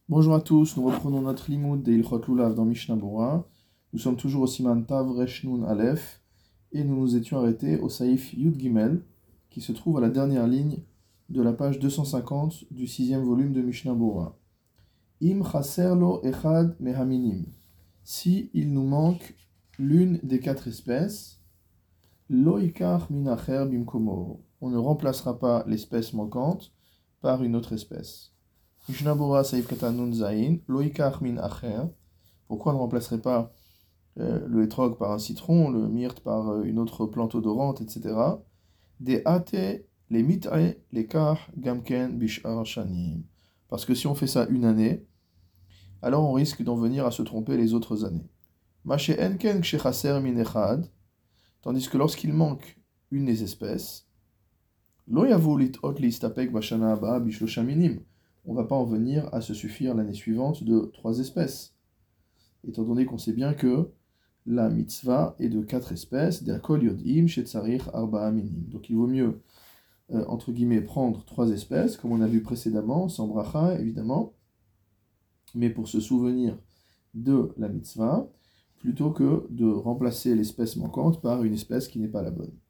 Bonjour à tous, nous reprenons notre limoud de Ilchot Lulav dans Mishnah Bora. Nous sommes toujours au Siman Tav Resh Nun Aleph et nous nous étions arrêtés au Saïf Yud Gimel qui se trouve à la dernière ligne de la page 250 du sixième volume de Mishnah Bora. Im chaser lo echad mehaminim. Si il nous manque l'une des quatre espèces, lo ikach min acher bimkomo. On ne remplacera pas l'espèce manquante par une autre espèce. Mishnah Bora Saïf Katan Nun Zain, Lo Ikach Min Acher. Pourquoi on ne remplacerait pas le hétrog par un citron, le myrte par une autre plante odorante, etc. Des ate, les mit'e, les kar, gamken, bishar, shanim. Parce que si on fait ça une année, alors on risque d'en venir à se tromper les autres années. Mache enken kshechaser min echad. Tandis que lorsqu'il manque une des espèces, Lo yavu lit'ot listapek bashana haba bishlosha minim. On ne va pas en venir à se suffire l'année suivante de 3 espèces. Étant donné qu'on sait bien que la mitzvah est de 4 espèces, d'akol yodim shetzarich arba'a minim. Donc il vaut mieux, entre guillemets, prendre 3 espèces, comme on a vu précédemment, sans bracha évidemment, mais pour se souvenir de la mitzvah, plutôt que de remplacer l'espèce manquante par une espèce qui n'est pas la bonne.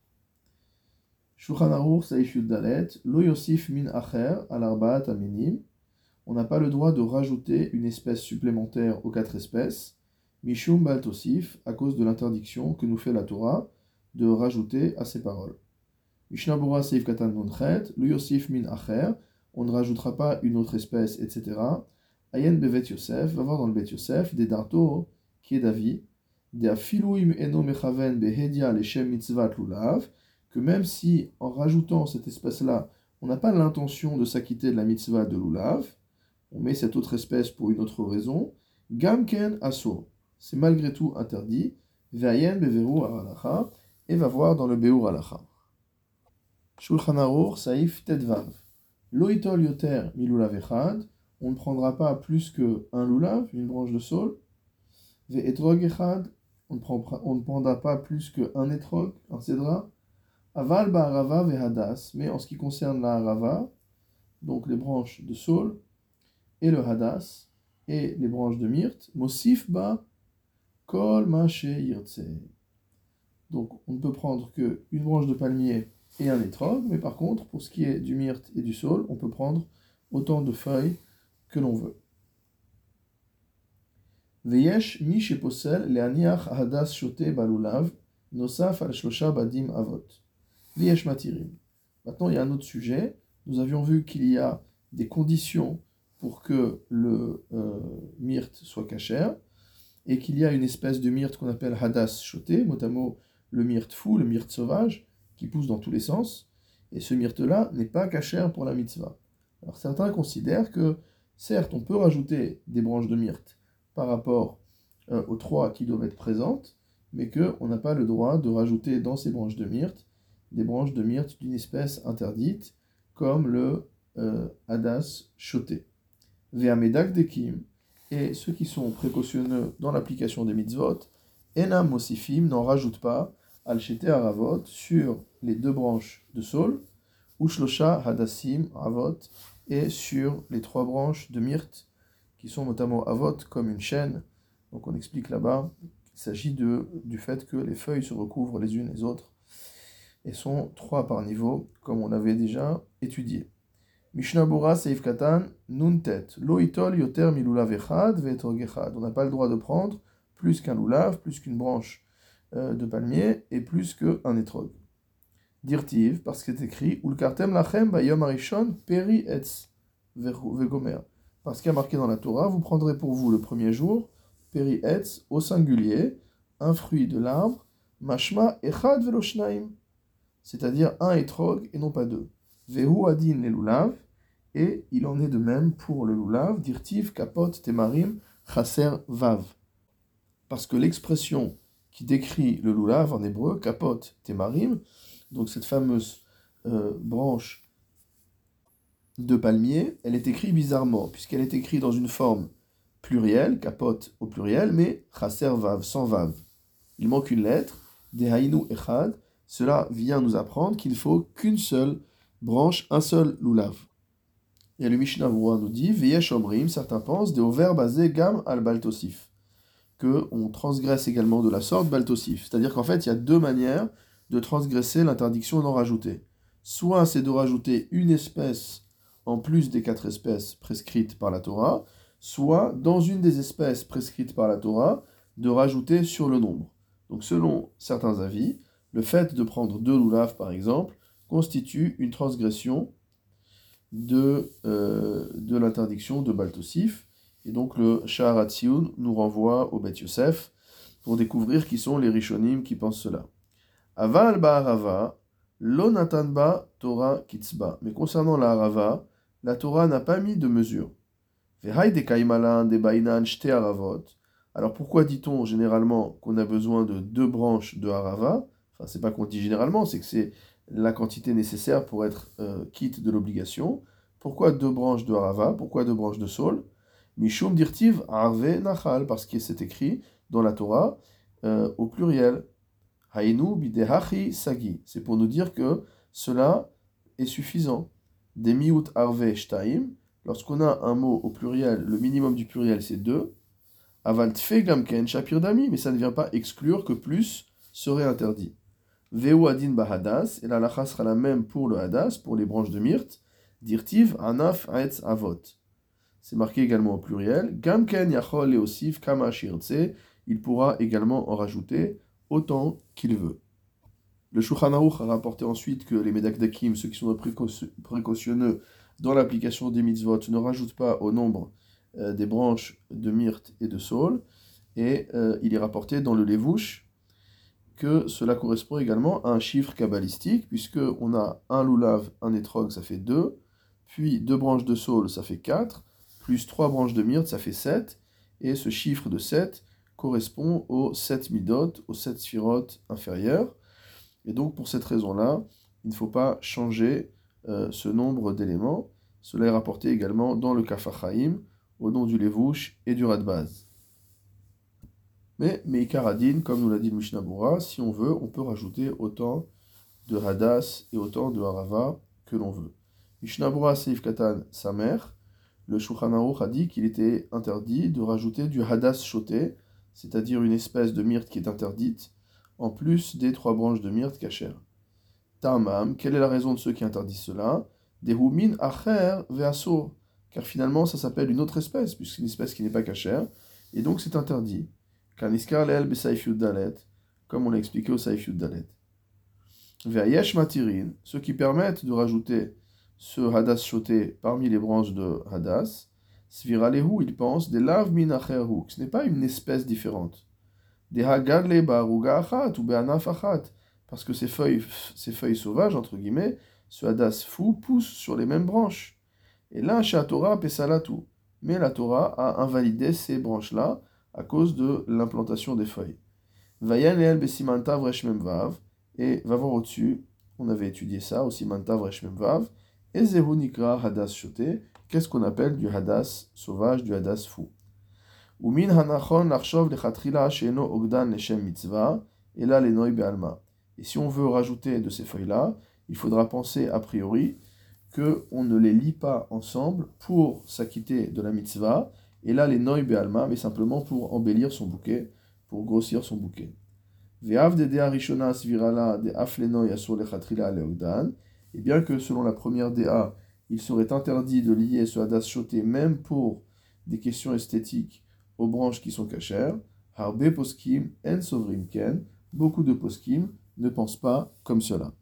Shulchan Aruch Saïf Yud Dalet, Lo Yosif Min Acher al Arba'at Aminim. On n'a pas le droit de rajouter une espèce supplémentaire aux 4 espèces, Mishum Bal Tosif, à cause de l'interdiction que nous fait la Torah de rajouter à ces paroles. Mishnah Bora Seif Katan Nunchet, Lo Yosif Min Acher, on ne rajoutera pas une autre espèce, etc. Ayen Bevet Yosef, va voir dans le Bet Yosef, des Darto, qui est d'avis, des Afiluim Eno Mechaven Behedia Leshem Mitzvat Lulav, que même si, en rajoutant cette espèce-là, on n'a pas l'intention de s'acquitter de la mitzvah de Lulav, on met cette autre espèce pour une autre raison, Gamken Aso, c'est malgré tout interdit, Ve'ayen Beveru Halacha, et va voir dans le Beur Halacha. Shulchan Aruch Saïf Tedvav, Loitol Yoter Milulav Echad, on ne prendra pas plus qu'un lulav, une branche de saule, Ve'etrog Echad, on ne prendra pas plus qu'un etrog, un cédra, Aval ba'arava ve'hadas, mais en ce qui concerne la harava, donc les branches de saule, et le hadas, et les branches de myrte, mosif ba kol ma yirtse. Donc on ne peut prendre qu'une branche de palmier et un étrog, mais par contre, pour ce qui est du myrte et du saule, on peut prendre autant de feuilles que l'on veut. Veyesh mi sheposel le'aniach hadas shote balulav, nosaf al shlosha badim avot. Veyesh matirim. Maintenant, il y a un autre sujet. Nous avions vu qu'il y a des conditions pour que le myrte soit cachère, et qu'il y a une espèce de myrte qu'on appelle hadas shoté, mot à mot le myrte fou, le myrte sauvage, qui pousse dans tous les sens, et ce myrte-là n'est pas cachère pour la mitzvah. Alors certains considèrent que, certes, on peut rajouter des branches de myrte par rapport aux 3 qui doivent être présentes, mais qu'on n'a pas le droit de rajouter dans ces branches de myrte des branches de myrte d'une espèce interdite, comme le hadas shoté. Ve'amedak dekim, et ceux qui sont précautionneux dans l'application des mitzvot, enam mosifim, n'en rajoutent pas, al shete haravot, sur les 2 branches de saule, ou shlosha hadassim avot, et sur les 3 branches de myrte, qui sont notamment avot, comme une chaîne. Donc on explique là-bas qu'il s'agit du fait que les feuilles se recouvrent les unes les autres, et sont 3 par niveau, comme on l'avait déjà étudié. Mishnah Bora Seif Katan Nuntet, Lo itol yoter milulav echad ve'etrog echad. On n'a pas le droit de prendre plus qu'un lulav, plus qu'une branche de palmier, et plus qu'un étrog. Dirtiv, parce que c'est écrit, Ulkartem lachem bayom arishon peri etz vegomer. Parce qu'il y a marqué dans la Torah, vous prendrez pour vous le premier jour, peri etz, au singulier, un fruit de l'arbre, mashma echad veloshnaim, c'est-à-dire un étrog et non pas 2. Vehu adin le lulav, et il en est de même pour le lulav, dirtiv kapot temarim chaser vav. Parce que l'expression qui décrit le lulav en hébreu, kapot temarim, donc cette fameuse branche de palmier, elle est écrite bizarrement, puisqu'elle est écrite dans une forme plurielle, kapot au pluriel, mais chaser vav, sans vav. Il manque une lettre, dehainu echad. Cela vient nous apprendre qu'il ne faut qu'une seule branche, un seul lulav. Et le Mishnah Berurah nous dit, Veyesh Omrim, certains pensent, des over basé gam al baltosif, qu'on transgresse également de la sorte baltosif. C'est-à-dire qu'en fait, il y a deux manières de transgresser l'interdiction d'en rajouter. Soit c'est de rajouter une espèce en plus des 4 espèces prescrites par la Torah, soit dans une des espèces prescrites par la Torah, de rajouter sur le nombre. Donc selon certains avis, le fait de prendre 2 loulav par exemple, constitue une transgression de l'interdiction de baltosif. Et donc le Sha'ar HaTziyun nous renvoie au Beth Yosef pour découvrir qui sont les Rishonim qui pensent cela. Aval ba'arava, lo natan ba Torah kitzba. Mais concernant la harava, la Torah n'a pas mis de mesure. Ve'hai de kaimalan de bainan shte haravot. Alors pourquoi dit-on généralement qu'on a besoin de 2 branches de harava? Enfin, c'est pas qu'on dit généralement, c'est que c'est la quantité nécessaire pour être quitte de l'obligation. Pourquoi 2 branches de harava? Pourquoi 2 branches de saule? Mishum dirtiv arve nachal, parce que c'est écrit dans la Torah au pluriel. Hainu bidehachi sagi. C'est pour nous dire que cela est suffisant. Des miut arve shtaim. Lorsqu'on a un mot au pluriel, le minimum du pluriel c'est 2. Aval tfe gamken shapir dami, mais ça ne vient pas exclure que plus serait interdit. Veu adin bahadas, et la lacha sera la même pour le hadas, pour les branches de myrte. Dirtiv anaf aetz avot. C'est marqué également au pluriel. Gamken yachol leosif kama shirtse. Il pourra également en rajouter autant qu'il veut. Le Shulchan Aruch a rapporté ensuite que les Medakdakim, ceux qui sont précautionneux dans l'application des mitzvot, ne rajoutent pas au nombre des branches de myrte et de saule. Et il est rapporté dans le Levouche que cela correspond également à un chiffre kabbalistique, puisqu'on a un loulav, un étrog, ça fait 2, puis 2 branches de saule, ça fait 4, plus 3 branches de myrte, ça fait 7, et ce chiffre de 7 correspond aux 7 midot, aux 7 sphirotes inférieures. Et donc pour cette raison-là, il ne faut pas changer ce nombre d'éléments. Cela est rapporté également dans le Kaf HaChaim, au nom du Levouche et du Radbaz. Mais Meikar Adin, comme nous l'a dit le Mishnah Berurah, si on veut, on peut rajouter autant de Hadas et autant de Harava que l'on veut. Mishnah Berurah Seif Katan, sa mère, le Shulchan Aruch a dit qu'il était interdit de rajouter du Hadas shoté, c'est-à-dire une espèce de myrte qui est interdite, en plus des 3 branches de myrte cachères. Tamam, quelle est la raison de ceux qui interdisent cela? Dehumin acher ve'asur, car finalement ça s'appelle une autre espèce, puisque c'est une espèce qui n'est pas cachère, et donc c'est interdit. Kaniskar leel besaif yud dalet, comme on l'a expliqué au saif yud dalet. Ve'ayesh matirin, ceux qui permettent de rajouter ce hadas shoté parmi les branches de hadas, sviralehu, ils pensent, des lav min acherhu, que ce n'est pas une espèce différente. Des hagadle baruga achat ou be'anaf achat, parce que ces feuilles sauvages, entre guillemets, ce hadas fou pousse sur les mêmes branches. Et là, chez la Torah, pesalatu. Mais la Torah a invalidé ces branches-là à cause de l'implantation des feuilles. Vayan el besimantav reshmem vav, et va voir au-dessus, on avait étudié ça, aussi mantav reshmem vav, et zehu nikra hadas shoté, qu'est-ce qu'on appelle du hadas sauvage, du hadas fou. Umin hanachon l'archov lechatrila sheeno ogdan leshem mitzvah, et là les noy be'alma. Et si on veut rajouter de ces feuilles-là, il faudra penser a priori qu'on ne les lie pas ensemble pour s'acquitter de la mitzvah, et là les noy be'alma, mais simplement pour embellir son bouquet, pour grossir son bouquet. Ve'av de dea rishona svirala de aflenoy asur lechatrila leogdan, et bien que selon la première DA, il serait interdit de lier ce hadas shoté même pour des questions esthétiques aux branches qui sont cachères, harbe poskim en sovrim ken, beaucoup de poskim ne pensent pas comme cela.